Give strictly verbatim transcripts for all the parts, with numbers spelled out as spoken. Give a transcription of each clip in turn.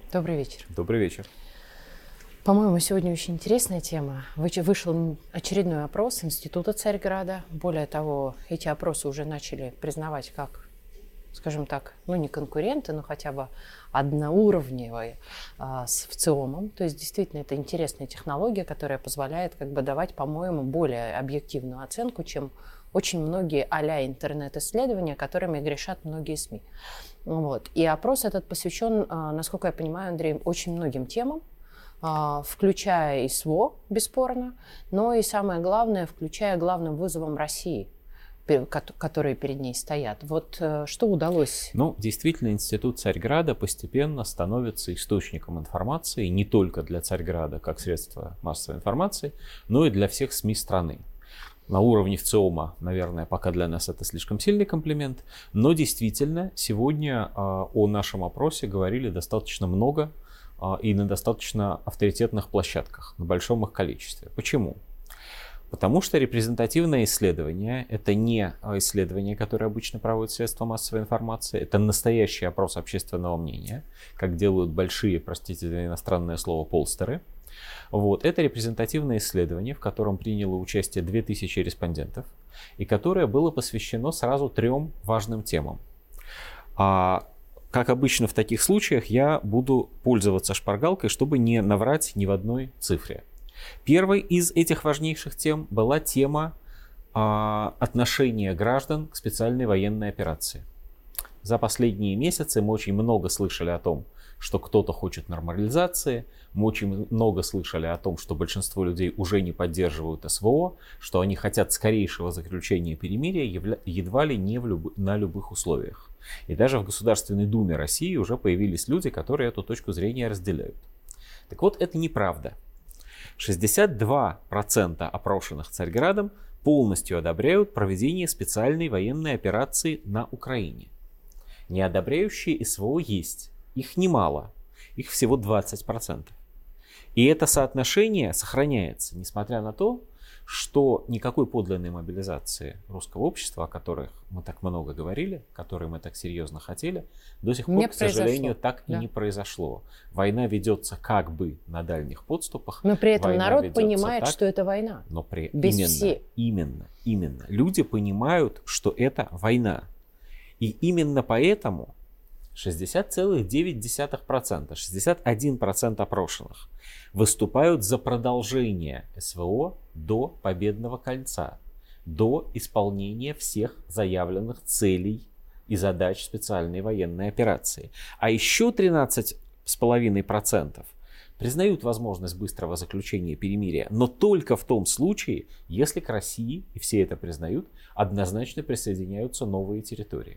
Добрый вечер. Добрый вечер. По-моему, сегодня очень интересная тема. Вышел очередной опрос Института Царьграда. Более того, эти опросы уже начали признавать как, скажем так, ну не конкуренты, но хотя бы одноуровневые а, с ВЦИОМом. То есть действительно это интересная технология, которая позволяет как бы давать, по-моему, более объективную оценку, чем очень многие а-ля интернет-исследования, которыми грешат многие СМИ. Вот. И опрос этот посвящен, насколько я понимаю, Андрей, очень многим темам, включая и СВО, бесспорно, но и самое главное, включая главным вызовом России, которые перед ней стоят. Вот что удалось? Ну, действительно, Институт Царьграда постепенно становится источником информации не только для Царьграда как средства массовой информации, но и для всех СМИ страны. На уровне ВЦИОМа, наверное, пока для нас это слишком сильный комплимент, но действительно сегодня э, о нашем опросе говорили достаточно много э, и на достаточно авторитетных площадках, на большом их количестве. Почему? Потому что репрезентативное исследование — это не исследование, которое обычно проводят средства массовой информации, это настоящий опрос общественного мнения, как делают большие, простите за иностранное слово, полстеры. Вот. Это репрезентативное исследование, в котором приняло участие две тысячи респондентов, и которое было посвящено сразу трем важным темам. А, как обычно в таких случаях, я буду пользоваться шпаргалкой, чтобы не наврать ни в одной цифре. Первой из этих важнейших тем была тема а, отношения граждан к специальной военной операции. За последние месяцы мы очень много слышали о том, что кто-то хочет нормализации, мы очень много слышали о том, что большинство людей уже не поддерживают СВО, что они хотят скорейшего заключения перемирия едва ли не в люб... на любых условиях. И даже в Государственной Думе России уже появились люди, которые эту точку зрения разделяют. Так вот, это неправда. шестьдесят два процента опрошенных Царьградом полностью одобряют проведение специальной военной операции на Украине. Неодобряющие СВО есть. Их немало, их всего двадцать процентов. И это соотношение сохраняется, несмотря на то, что никакой подлинной мобилизации русского общества, о которых мы так много говорили, которые мы так серьезно хотели, до сих пор, не к сожалению, произошло. так да. и не произошло. Война ведется как бы на дальних подступах. Но при этом Война народ понимает, так, что это война. Но при... Без именно, все... именно, именно. Люди понимают, что это война. И именно поэтому шестьдесят целых девять десятых процента, шестьдесят один процент опрошенных выступают за продолжение СВО до победного кольца, до исполнения всех заявленных целей и задач специальной военной операции. А еще тринадцать целых пять десятых процента признают возможность быстрого заключения перемирия, но только в том случае, если к России, и все это признают, однозначно присоединяются новые территории.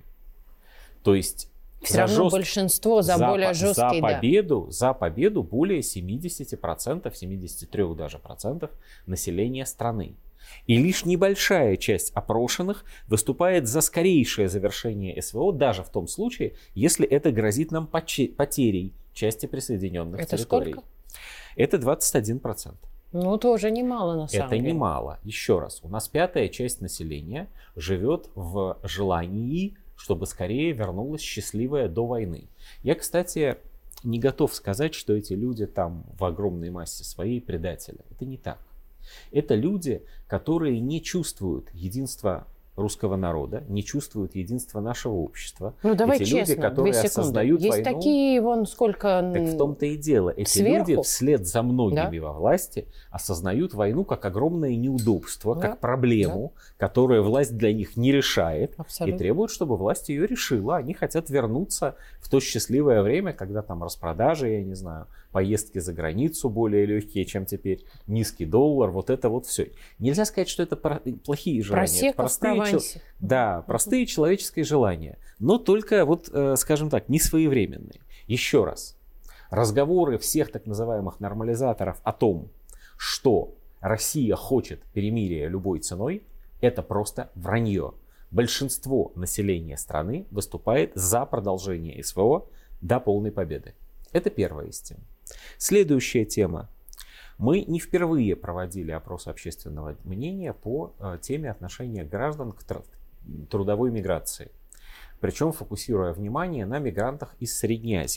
То есть все равно жест... большинство за, за более жесткий, за победу, да. За победу более семьдесят процентов, семьдесят три процента даже процентов населения страны. И лишь небольшая часть опрошенных выступает за скорейшее завершение СВО, даже в том случае, если это грозит нам потерей части присоединенных это территорий. Сколько? Это двадцать один процент. Ну, тоже немало на самом Это деле. Это немало. Еще раз, у нас пятая часть населения живет в желании, чтобы скорее вернулась счастливая до войны. Я, кстати, не готов сказать, что эти люди там в огромной массе своей предатели. Это не так. Это люди, которые не чувствуют единства русского народа, не чувствуют единства нашего общества. Ну давай эти честно, люди, которые осознают Есть войну, такие, вон сколько... Так в том-то и дело. Эти сверху? люди вслед за многими да? во власти осознают войну как огромное неудобство, да? как проблему, да? которую власть для них не решает. Абсолютно. И требуют, чтобы власть ее решила. Они хотят вернуться в то счастливое время, когда там распродажи, я не знаю, поездки за границу более легкие, чем теперь, низкий доллар, вот это вот все. Нельзя сказать, что это плохие желания. Просека простые, в Провансе. Да, простые человеческие желания, но только, вот, скажем так, не своевременные. Еще раз, разговоры всех так называемых нормализаторов о том, что Россия хочет перемирия любой ценой, это просто вранье. Большинство населения страны выступает за продолжение СВО до полной победы. Это первая из тем. Следующая тема. Мы не впервые проводили опрос общественного мнения по э, теме отношения граждан к тр- трудовой миграции. Причем фокусируя внимание на мигрантах из Средней Азии.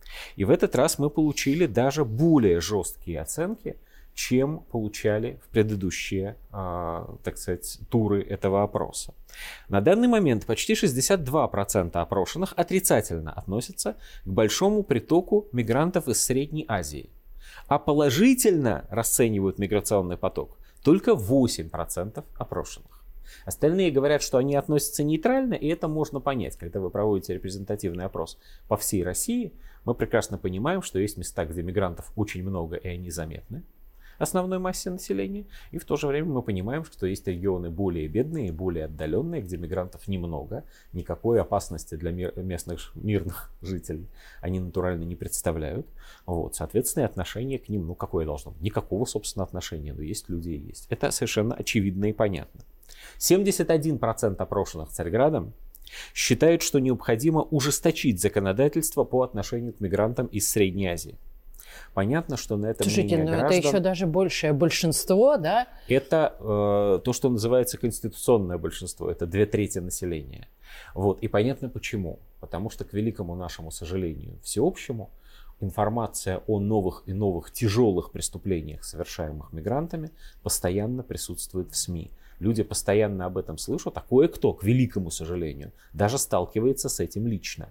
И в этот раз мы получили даже более жесткие оценки, чем получали в предыдущие, э, так сказать, туры этого опроса. На данный момент почти шестьдесят два процента опрошенных отрицательно относятся к большому притоку мигрантов из Средней Азии, а положительно расценивают миграционный поток только восемь процентов опрошенных. Остальные говорят, что они относятся нейтрально, и это можно понять. Когда вы проводите репрезентативный опрос по всей России, мы прекрасно понимаем, что есть места, где мигрантов очень много, и они заметны основной массе населения. И в то же время мы понимаем, что есть регионы более бедные, более отдаленные, где мигрантов немного, никакой опасности для мир, местных мирных жителей они натурально не представляют. Вот, соответственно, отношение к ним, ну какое должно быть? Никакого, собственно, отношения, но есть люди и есть. Это совершенно очевидно и понятно. семьдесят один процент опрошенных Царьградом считают, что необходимо ужесточить законодательство по отношению к мигрантам из Средней Азии. Понятно, что на это Слушайте, мнение но граждан... это еще даже большее большинство, да? Это э, то, что называется конституционное большинство. Это две трети населения. Вот. И понятно почему. Потому что, к великому нашему сожалению, всеобщему, информация о новых и новых тяжелых преступлениях, совершаемых мигрантами, постоянно присутствует в СМИ. Люди постоянно об этом слышат, а кое-кто, к великому сожалению, даже сталкивается с этим лично.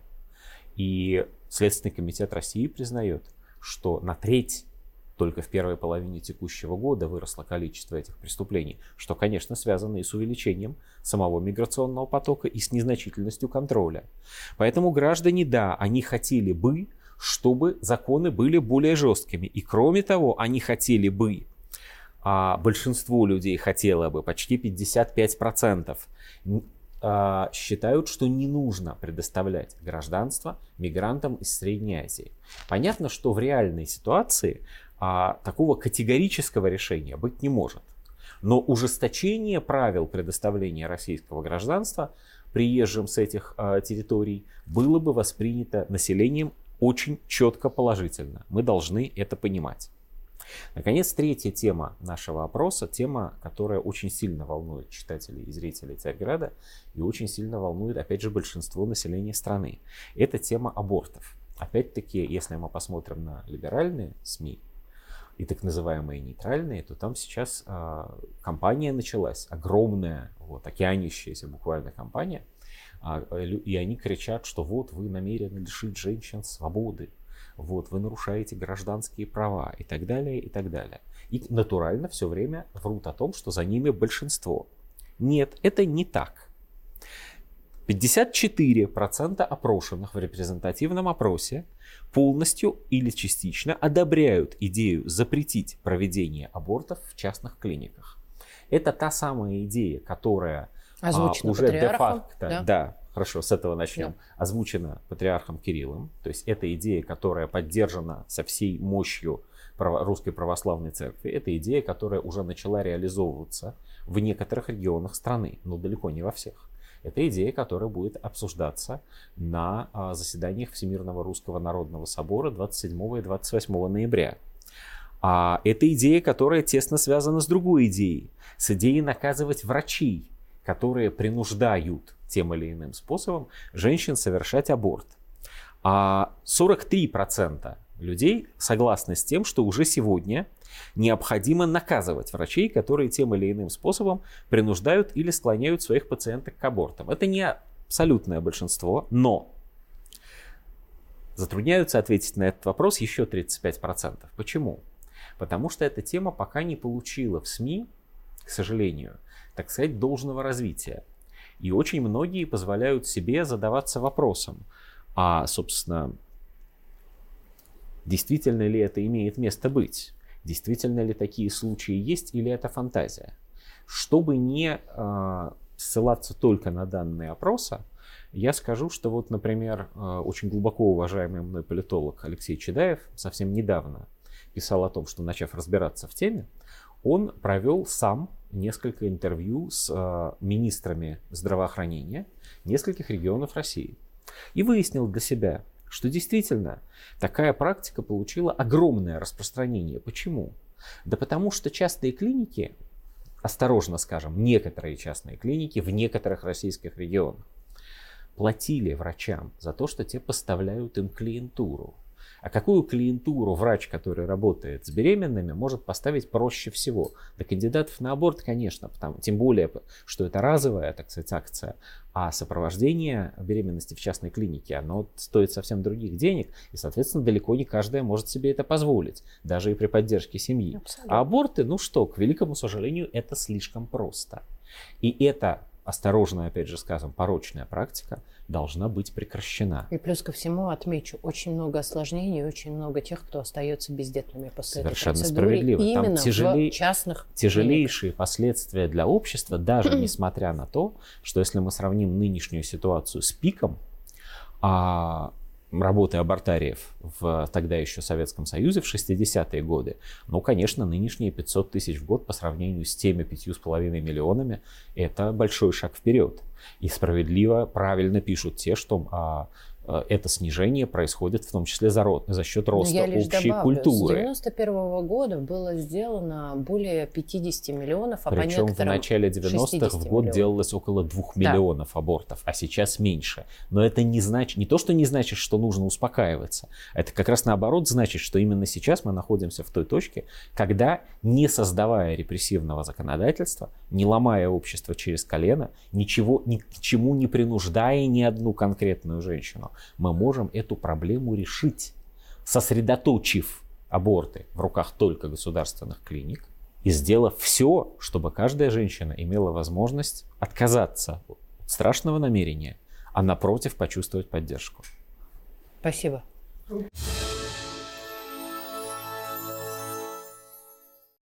И Следственный комитет России признает, что на треть только в первой половине текущего года выросло количество этих преступлений, что, конечно, связано и с увеличением самого миграционного потока, и с незначительностью контроля. Поэтому граждане, да, они хотели бы, чтобы законы были более жесткими. И кроме того, они хотели бы, а большинство людей хотело бы, почти пятьдесят пять процентов, считают, что не нужно предоставлять гражданство мигрантам из Средней Азии. Понятно, что в реальной ситуации а, такого категорического решения быть не может. Но ужесточение правил предоставления российского гражданства приезжим с этих а, территорий было бы воспринято населением очень четко положительно. Мы должны это понимать. Наконец, третья тема нашего опроса, тема, которая очень сильно волнует читателей и зрителей Царьграда и очень сильно волнует, опять же, большинство населения страны. Это тема абортов. Опять-таки, если мы посмотрим на либеральные СМИ и так называемые нейтральные, то там сейчас э, кампания началась, огромная, вот, океанящаяся буквально кампания, э, и они кричат, что вот вы намерены лишить женщин свободы. Вот, вы нарушаете гражданские права и так далее, и так далее. И натурально все время врут о том, что за ними большинство. Нет, это не так. пятьдесят четыре процента опрошенных в репрезентативном опросе полностью или частично одобряют идею запретить проведение абортов в частных клиниках. Это та самая идея, которая а, уже де-факто, да? Да, хорошо, с этого начнем, да. Озвучена патриархом Кириллом. То есть это идея, которая поддержана со всей мощью Русской Православной Церкви. Это идея, которая уже начала реализовываться в некоторых регионах страны, но далеко не во всех. Это идея, которая будет обсуждаться на а, заседаниях Всемирного Русского Народного Собора двадцать седьмого и двадцать восьмого ноября. А, это идея, которая тесно связана с другой идеей, с идеей наказывать врачей, которые принуждают тем или иным способом женщин совершать аборт. А сорок три процента людей согласны с тем, что уже сегодня необходимо наказывать врачей, которые тем или иным способом принуждают или склоняют своих пациенток к абортам. Это не абсолютное большинство, но затрудняются ответить на этот вопрос еще тридцать пять процентов. Почему? Потому что эта тема пока не получила в СМИ, к сожалению, так сказать, должного развития. И очень многие позволяют себе задаваться вопросом, а, собственно, действительно ли это имеет место быть? Действительно ли такие случаи есть или это фантазия? Чтобы не э, ссылаться только на данные опроса, я скажу, что вот, например, э, очень глубоко уважаемый мной политолог Алексей Чедаев совсем недавно писал о том, что, начав разбираться в теме, он провел сам несколько интервью с э, министрами здравоохранения нескольких регионов России и выяснил для себя, что действительно такая практика получила огромное распространение. Почему? Да потому что частные клиники, осторожно скажем, некоторые частные клиники в некоторых российских регионах платили врачам за то, что те поставляют им клиентуру. А какую клиентуру врач, который работает с беременными, может поставить проще всего? Для кандидатов на аборт, конечно, потому, тем более, что это разовая, так сказать, акция, а сопровождение беременности в частной клинике, оно стоит совсем других денег, и, соответственно, далеко не каждая может себе это позволить, даже и при поддержке семьи. Абсолютно. А аборты, ну что, к великому сожалению, это слишком просто. И это, осторожно, опять же скажем, порочная практика должна быть прекращена. И плюс ко всему отмечу, очень много осложнений, очень много тех, кто остается бездетными после Совершенно этой процедуры. Справедливо. Именно Там тяжелей, в частных тяжелейшие клиниках. Последствия для общества, даже несмотря на то, что если мы сравним нынешнюю ситуацию с пиком а, работы абортариев в тогда еще Советском Союзе в шестидесятые годы, ну, конечно, нынешние пятьсот тысяч в год по сравнению с теми пятью с половиной миллионами – это большой шаг вперед. И справедливо, правильно пишут те, что а, а, это снижение происходит в том числе за, ро- за счет роста Я лишь общей добавлю, культуры. С девяносто первого года было сделано более пятьдесят миллионов, а Причем по в начале девяностых в год миллионов. делалось около двух Да. миллионов абортов, а сейчас меньше. Но это не значит, не то, что не значит, что нужно успокаиваться. Это как раз наоборот значит, что именно сейчас мы находимся в той точке, когда, не создавая репрессивного законодательства, не ломая общество через колено, ничего, ни к чему не принуждая ни одну конкретную женщину, мы можем эту проблему решить, сосредоточив аборты в руках только государственных клиник и сделав все, чтобы каждая женщина имела возможность отказаться от страшного намерения, а напротив почувствовать поддержку. Спасибо.